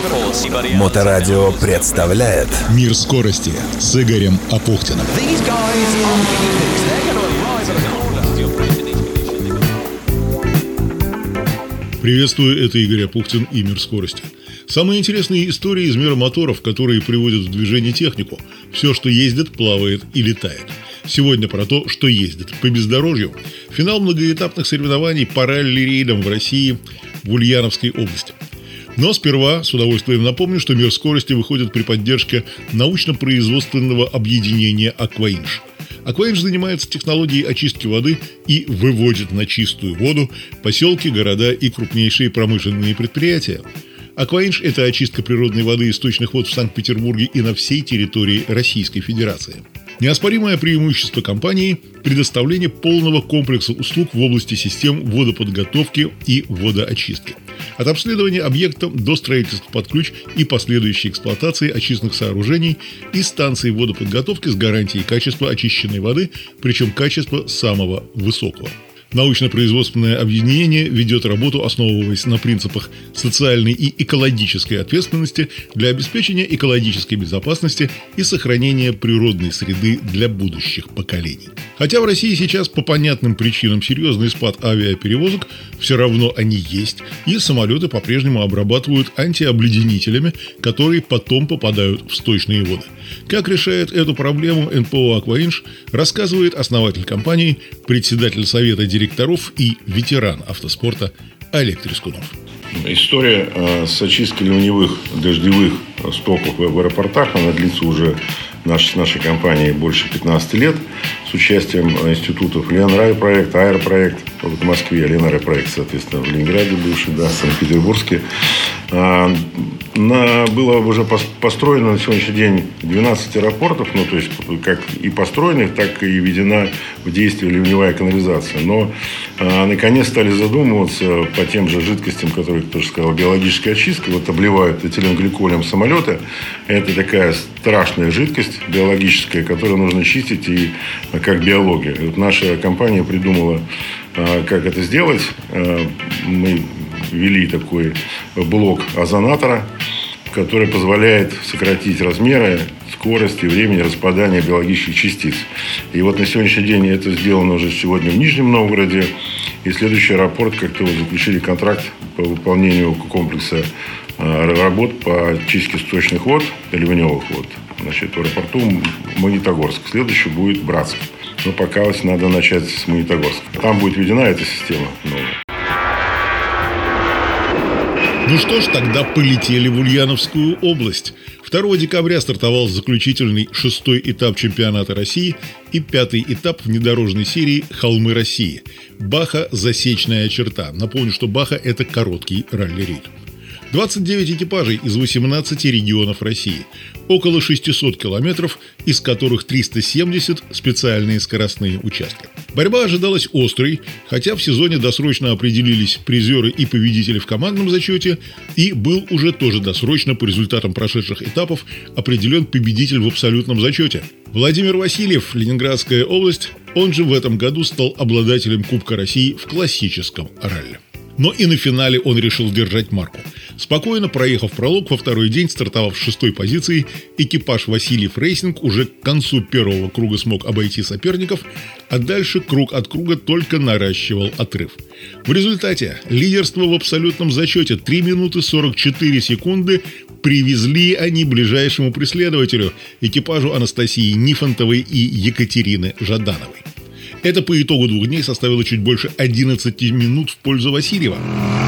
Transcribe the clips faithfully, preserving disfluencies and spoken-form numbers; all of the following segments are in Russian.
Моторадио представляет «Мир скорости» с Игорем Апухтиным. Приветствую, это Игорь Апухтин и «Мир скорости». Самые интересные истории из мира моторов, которые приводят в движение технику. Все, что ездит, плавает и летает. Сегодня про то, что ездит по бездорожью. Финал многоэтапных соревнований по ралли-рейдам в России в Ульяновской области. Но сперва с удовольствием напомню, что «Мир скорости» выходит при поддержке научно-производственного объединения «Акваинж». «Акваинж» занимается технологией очистки воды и выводит на чистую воду поселки, города и крупнейшие промышленные предприятия. «Акваинж» – это очистка природной воды и источных вод в Санкт-Петербурге и на всей территории Российской Федерации. Неоспоримое преимущество компании – предоставление полного комплекса услуг в области систем водоподготовки и водоочистки. От обследования объекта до строительства под ключ и последующей эксплуатации очистных сооружений и станций водоподготовки с гарантией качества очищенной воды, причем качества самого высокого. Научно-производственное объединение ведет работу, основываясь на принципах социальной и экологической ответственности для обеспечения экологической безопасности и сохранения природной среды для будущих поколений. Хотя в России сейчас по понятным причинам серьезный спад авиаперевозок, все равно они есть, и самолеты по-прежнему обрабатывают антиобледенителями, которые потом попадают в сточные воды. Как решает эту проблему эн пэ о «Акваинж», рассказывает основатель компании, председатель совета директоров и ветеран автоспорта Олег Трескунов. История э, с очисткой ливневых дождевых стоков в аэропортах, она длится уже наш, с нашей компанией больше пятнадцати лет, с участием институтов Ленрай проект, Аэропроект в Москве, Ленрай проект, соответственно, в Ленинграде бывший, да, в Санкт-Петербурге. А, на, было уже построено на сегодняшний день двенадцать аэропортов, ну, то есть, как и построенных, так и введена в действие ливневая канализация. Но, а, наконец, стали задумываться по тем же жидкостям, которые, кто же сказал, биологическая очистка. Вот обливают этиленгликолем самолеты. Это такая страшная жидкость биологическая, которую нужно чистить и как биология. Вот наша компания придумала, а, как это сделать. А, мы ввели такой блок озонатора, который позволяет сократить размеры, скорость и времени распадания биологических частиц. И вот на сегодняшний день это сделано уже сегодня в Нижнем Новгороде. И следующий аэропорт, как-то вот заключили контракт по выполнению комплекса работ по очистке сточных вод, ливневых вод. Значит, в аэропорту Магнитогорск. Следующий будет Братск. Но пока надо начать с Магнитогорска. Там будет введена эта система новая. Ну что ж, тогда полетели в Ульяновскую область. второго декабря стартовал заключительный шестой этап чемпионата России и пятый этап внедорожной серии «Холмы России». Баха – засечная черта. Напомню, что Баха – это короткий ралли-рейд. двадцать девять экипажей из восемнадцати регионов России. Около шестисот километров, из которых триста семьдесят – специальные скоростные участки. Борьба ожидалась острой, хотя в сезоне досрочно определились призеры и победители в командном зачете, и был уже тоже досрочно по результатам прошедших этапов определен победитель в абсолютном зачете. Владимир Васильев, Ленинградская область, он же в этом году стал обладателем Кубка России в классическом ралли. Но и на финале он решил держать марку. Спокойно проехав пролог, во второй день, стартовав с шестой позиции, экипаж Васильев Рейсинг уже к концу первого круга смог обойти соперников, а дальше круг от круга только наращивал отрыв. В результате лидерство в абсолютном зачете три минуты сорок четыре секунды привезли они ближайшему преследователю, экипажу Анастасии Нифонтовой и Екатерины Жадановой. Это по итогу двух дней составило чуть больше одиннадцати минут в пользу Васильева.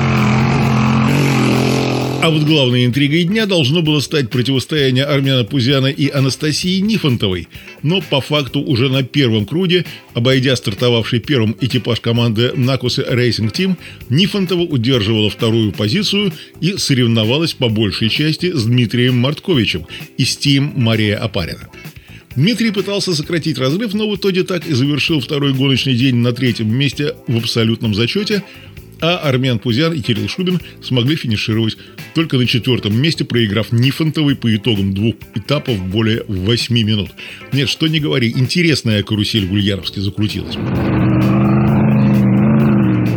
А вот главной интригой дня должно было стать противостояние Армяна Пузяна и Анастасии Нифонтовой. Но по факту уже на первом круге, обойдя стартовавший первым экипаж команды Накусы Racing Team, Нифонтова удерживала вторую позицию и соревновалась по большей части с Дмитрием Мартковичем из Team Мария Опарина. Дмитрий пытался сократить разрыв, но в итоге так и завершил второй гоночный день на третьем месте в абсолютном зачете, а Армян Пузян и Кирилл Шубин смогли финишировать только на четвертом месте, проиграв Нифонтовой по итогам двух этапов более восьми минут. Нет, что не говори, интересная карусель в Ульяновске закрутилась.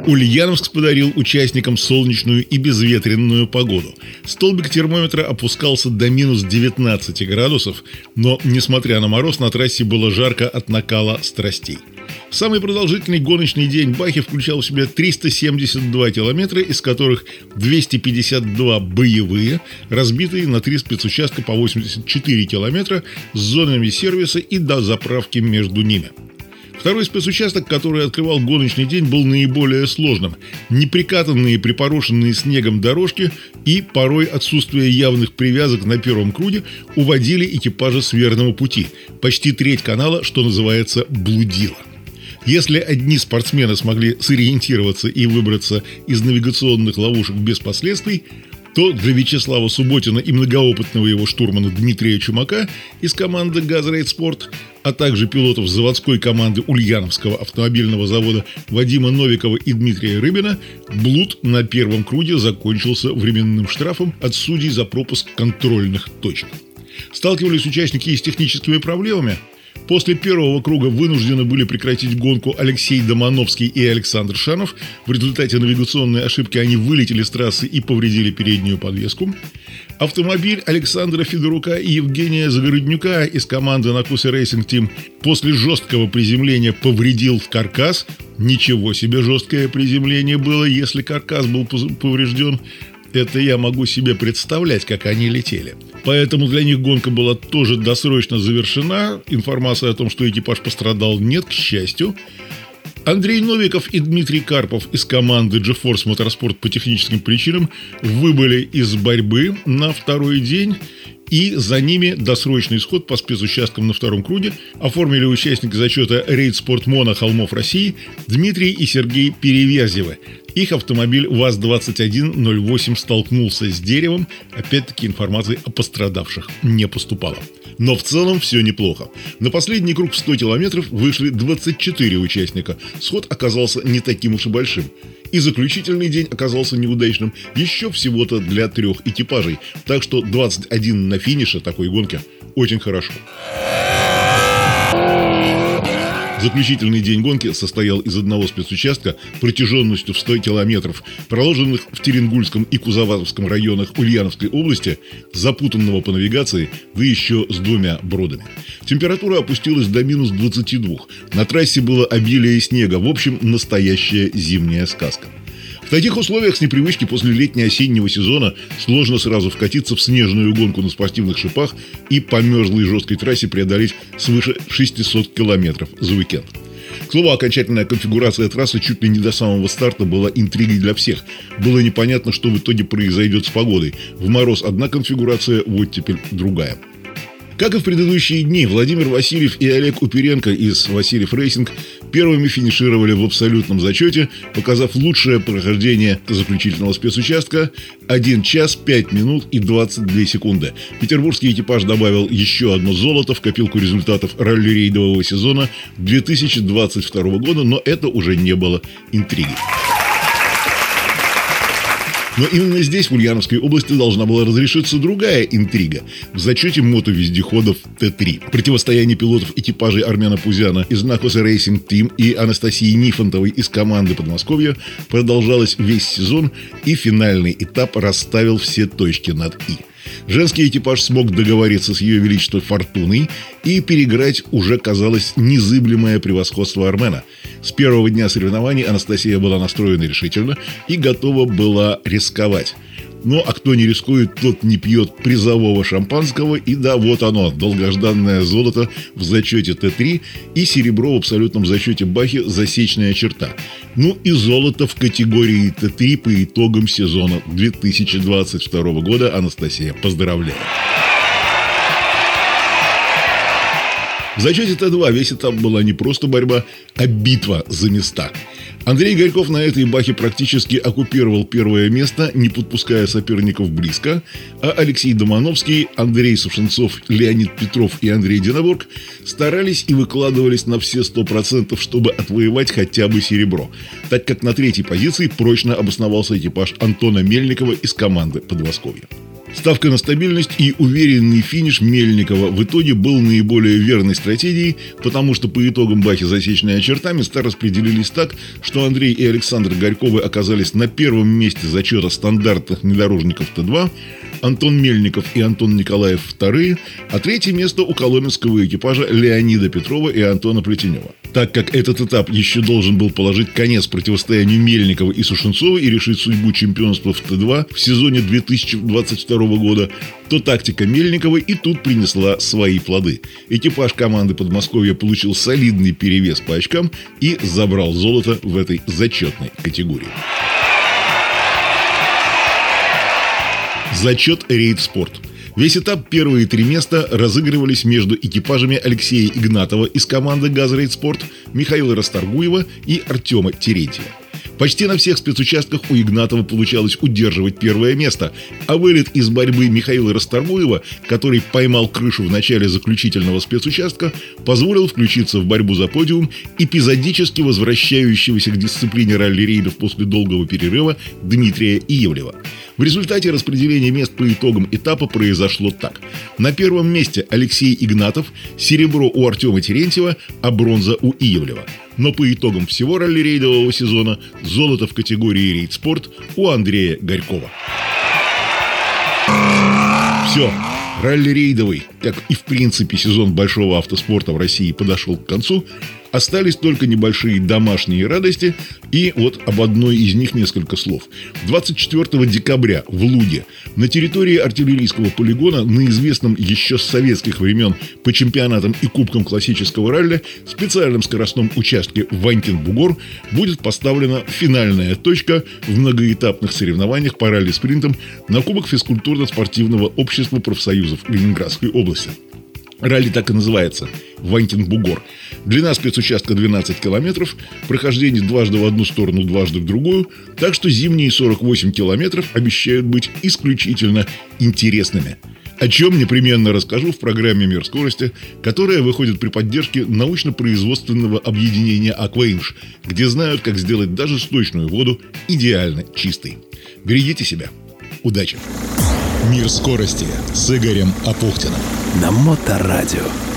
Ульяновск подарил участникам солнечную и безветренную погоду. Столбик термометра опускался до минус девятнадцати градусов, но, несмотря на мороз, на трассе было жарко от накала страстей. Самый продолжительный гоночный день Бахи включал в себя триста семьдесят два километра, из которых двести пятьдесят два боевые, разбитые на три спецучастка по восемьдесят четыре километра с зонами сервиса и дозаправки между ними. Второй спецучасток, который открывал гоночный день, был наиболее сложным. Неприкатанные, припорошенные снегом дорожки и порой отсутствие явных привязок на первом круге уводили экипажи с верного пути. Почти треть канала, что называется, блудила. Если одни спортсмены смогли сориентироваться и выбраться из навигационных ловушек без последствий, то для Вячеслава Субботина и многоопытного его штурмана Дмитрия Чумака из команды «Газрейдспорт», а также пилотов заводской команды Ульяновского автомобильного завода Вадима Новикова и Дмитрия Рыбина, блуд на первом круге закончился временным штрафом от судей за пропуск контрольных точек. Сталкивались участники и с техническими проблемами. После первого круга вынуждены были прекратить гонку Алексей Домановский и Александр Шанов. В результате навигационной ошибки они вылетели с трассы и повредили переднюю подвеску. Автомобиль Александра Федорука и Евгения Загороднюка из команды Накуса Racing Team после жесткого приземления повредил каркас. Ничего себе жесткое приземление было, если каркас был поврежден. Это я могу себе представлять, как они летели. Поэтому для них гонка была тоже досрочно завершена. Информации о том, что экипаж пострадал, нет, к счастью. Андрей Новиков и Дмитрий Карпов из команды GeForce Motorsport по техническим причинам выбыли из борьбы на второй день. И за ними досрочный исход по спецучасткам на втором круге оформили участники зачета Рейд Спорт Моно Холмов России Дмитрий и Сергей Переверзевы. Их автомобиль ВАЗ двадцать один ноль восемь столкнулся с деревом. Опять-таки информации о пострадавших не поступало. Но в целом все неплохо. На последний круг в сто километров вышли двадцать четыре участника. Сход оказался не таким уж и большим. И заключительный день оказался неудачным еще всего-то для трех экипажей. Так что двадцать один на финише такой гонки очень хорошо. Заключительный день гонки состоял из одного спецучастка протяженностью в сто километров, проложенных в Теренгульском и Кузоватовском районах Ульяновской области, запутанного по навигации, да еще с двумя бродами. Температура опустилась до минус двадцати двух. На трассе было обилие снега. В общем, настоящая зимняя сказка. В таких условиях с непривычки после летне-осеннего сезона сложно сразу вкатиться в снежную гонку на спортивных шипах и по мерзлой жесткой трассе преодолеть свыше шестисот километров за уикенд. К слову, окончательная конфигурация трассы чуть ли не до самого старта была интригой для всех. Было непонятно, что в итоге произойдет с погодой. В мороз одна конфигурация, в оттепель другая. Как и в предыдущие дни, Владимир Васильев и Олег Уперенко из Васильев Рейсинг первыми финишировали в абсолютном зачете, показав лучшее прохождение заключительного спецучастка один час пять минут и двадцать две секунды. Петербургский экипаж добавил еще одно золото в копилку результатов ралли-рейдового сезона две тысячи двадцать второго года, но это уже не было интригой. Но именно здесь, в Ульяновской области, должна была разрешиться другая интрига. В зачете мотовездеходов Т три. Противостояние пилотов экипажей Армена Пузяна из Накуса Racing Team и Анастасии Нифонтовой из команды Подмосковья продолжалось весь сезон, и финальный этап расставил все точки над «и». Женский экипаж смог договориться с Ее Величеством Фортуной и переиграть уже, казалось, незыблемое превосходство Армена. С первого дня соревнований Анастасия была настроена решительно и готова была рисковать. Ну, а кто не рискует, тот не пьет призового шампанского. И да, вот оно, долгожданное золото в зачете Т три и серебро в абсолютном зачете Бахи засечная черта. Ну и золото в категории Т три по итогам сезона две тысячи двадцать второго года. Анастасия, поздравляю! В зачете Т два весь этап была не просто борьба, а битва за места. Андрей Горьков на этой Бахе практически оккупировал первое место, не подпуская соперников близко, а Алексей Домановский, Андрей Сушенцов, Леонид Петров и Андрей Динабург старались и выкладывались на все сто процентов, чтобы отвоевать хотя бы серебро, так как на третьей позиции прочно обосновался экипаж Антона Мельникова из команды Подмосковья. Ставка на стабильность и уверенный финиш Мельникова в итоге был наиболее верной стратегией, потому что по итогам бахи засечной очерта места распределились так, что Андрей и Александр Горьковы оказались на первом месте зачета стандартных внедорожников Т два, Антон Мельников и Антон Николаев вторые, а третье место у коломенского экипажа Леонида Петрова и Антона Плетенева. Так как этот этап еще должен был положить конец противостоянию Мельникова и Сушенцова и решить судьбу чемпионства в Т два в сезоне две тысячи двадцать второго года, то тактика Мельникова и тут принесла свои плоды. Экипаж команды Подмосковья получил солидный перевес по очкам и забрал золото в этой зачетной категории. Зачет «Рейд Спорт». Весь этап первые три места разыгрывались между экипажами Алексея Игнатова из команды «Газрейд Спорт», Михаила Расторгуева и Артема Терентьева. Почти на всех спецучастках у Игнатова получалось удерживать первое место, а вылет из борьбы Михаила Расторгуева, который поймал крышу в начале заключительного спецучастка, позволил включиться в борьбу за подиум эпизодически возвращающегося к дисциплине ралли-рейдов после долгого перерыва Дмитрия Иевлева. В результате распределения мест по итогам этапа произошло так. На первом месте Алексей Игнатов, серебро у Артема Терентьева, а бронза у Иевлева. Но по итогам всего ралли-рейдового сезона золото в категории «Рейд Спорт» у Андрея Горькова. Все. Ралли-рейдовый, как и в принципе сезон большого автоспорта в России, подошел к концу. Остались только небольшие домашние радости, и вот об одной из них несколько слов. двадцать четвёртого декабря в Луге на территории артиллерийского полигона на известном еще с советских времен по чемпионатам и кубкам классического ралли специальном скоростном участке Ванькин-Бугор будет поставлена финальная точка в многоэтапных соревнованиях по ралли-спринтам на Кубок физкультурно-спортивного общества профсоюзов Ленинградской области. Ралли так и называется – Ванькин-Бугор. Длина спецучастка двенадцать километров, прохождение дважды в одну сторону, дважды в другую, так что зимние сорок восемь километров обещают быть исключительно интересными. О чем непременно расскажу в программе «Мир скорости», которая выходит при поддержке научно-производственного объединения «Акваинж», где знают, как сделать даже сточную воду идеально чистой. Берегите себя. Удачи! Мир скорости с Игорем Апухтиным на Моторадио.